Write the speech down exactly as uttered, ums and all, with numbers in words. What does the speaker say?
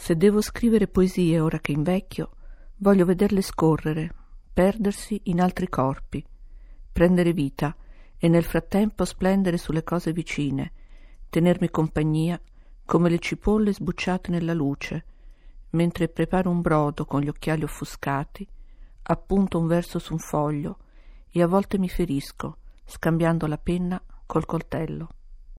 Se devo scrivere poesie ora che invecchio, voglio vederle scorrere, perdersi in altri corpi, prendere vita e nel frattempo splendere sulle cose vicine, tenermi compagnia come le cipolle sbucciate nella luce, mentre preparo un brodo con gli occhiali offuscati, appunto un verso su un foglio e a volte mi ferisco, scambiando la penna col coltello.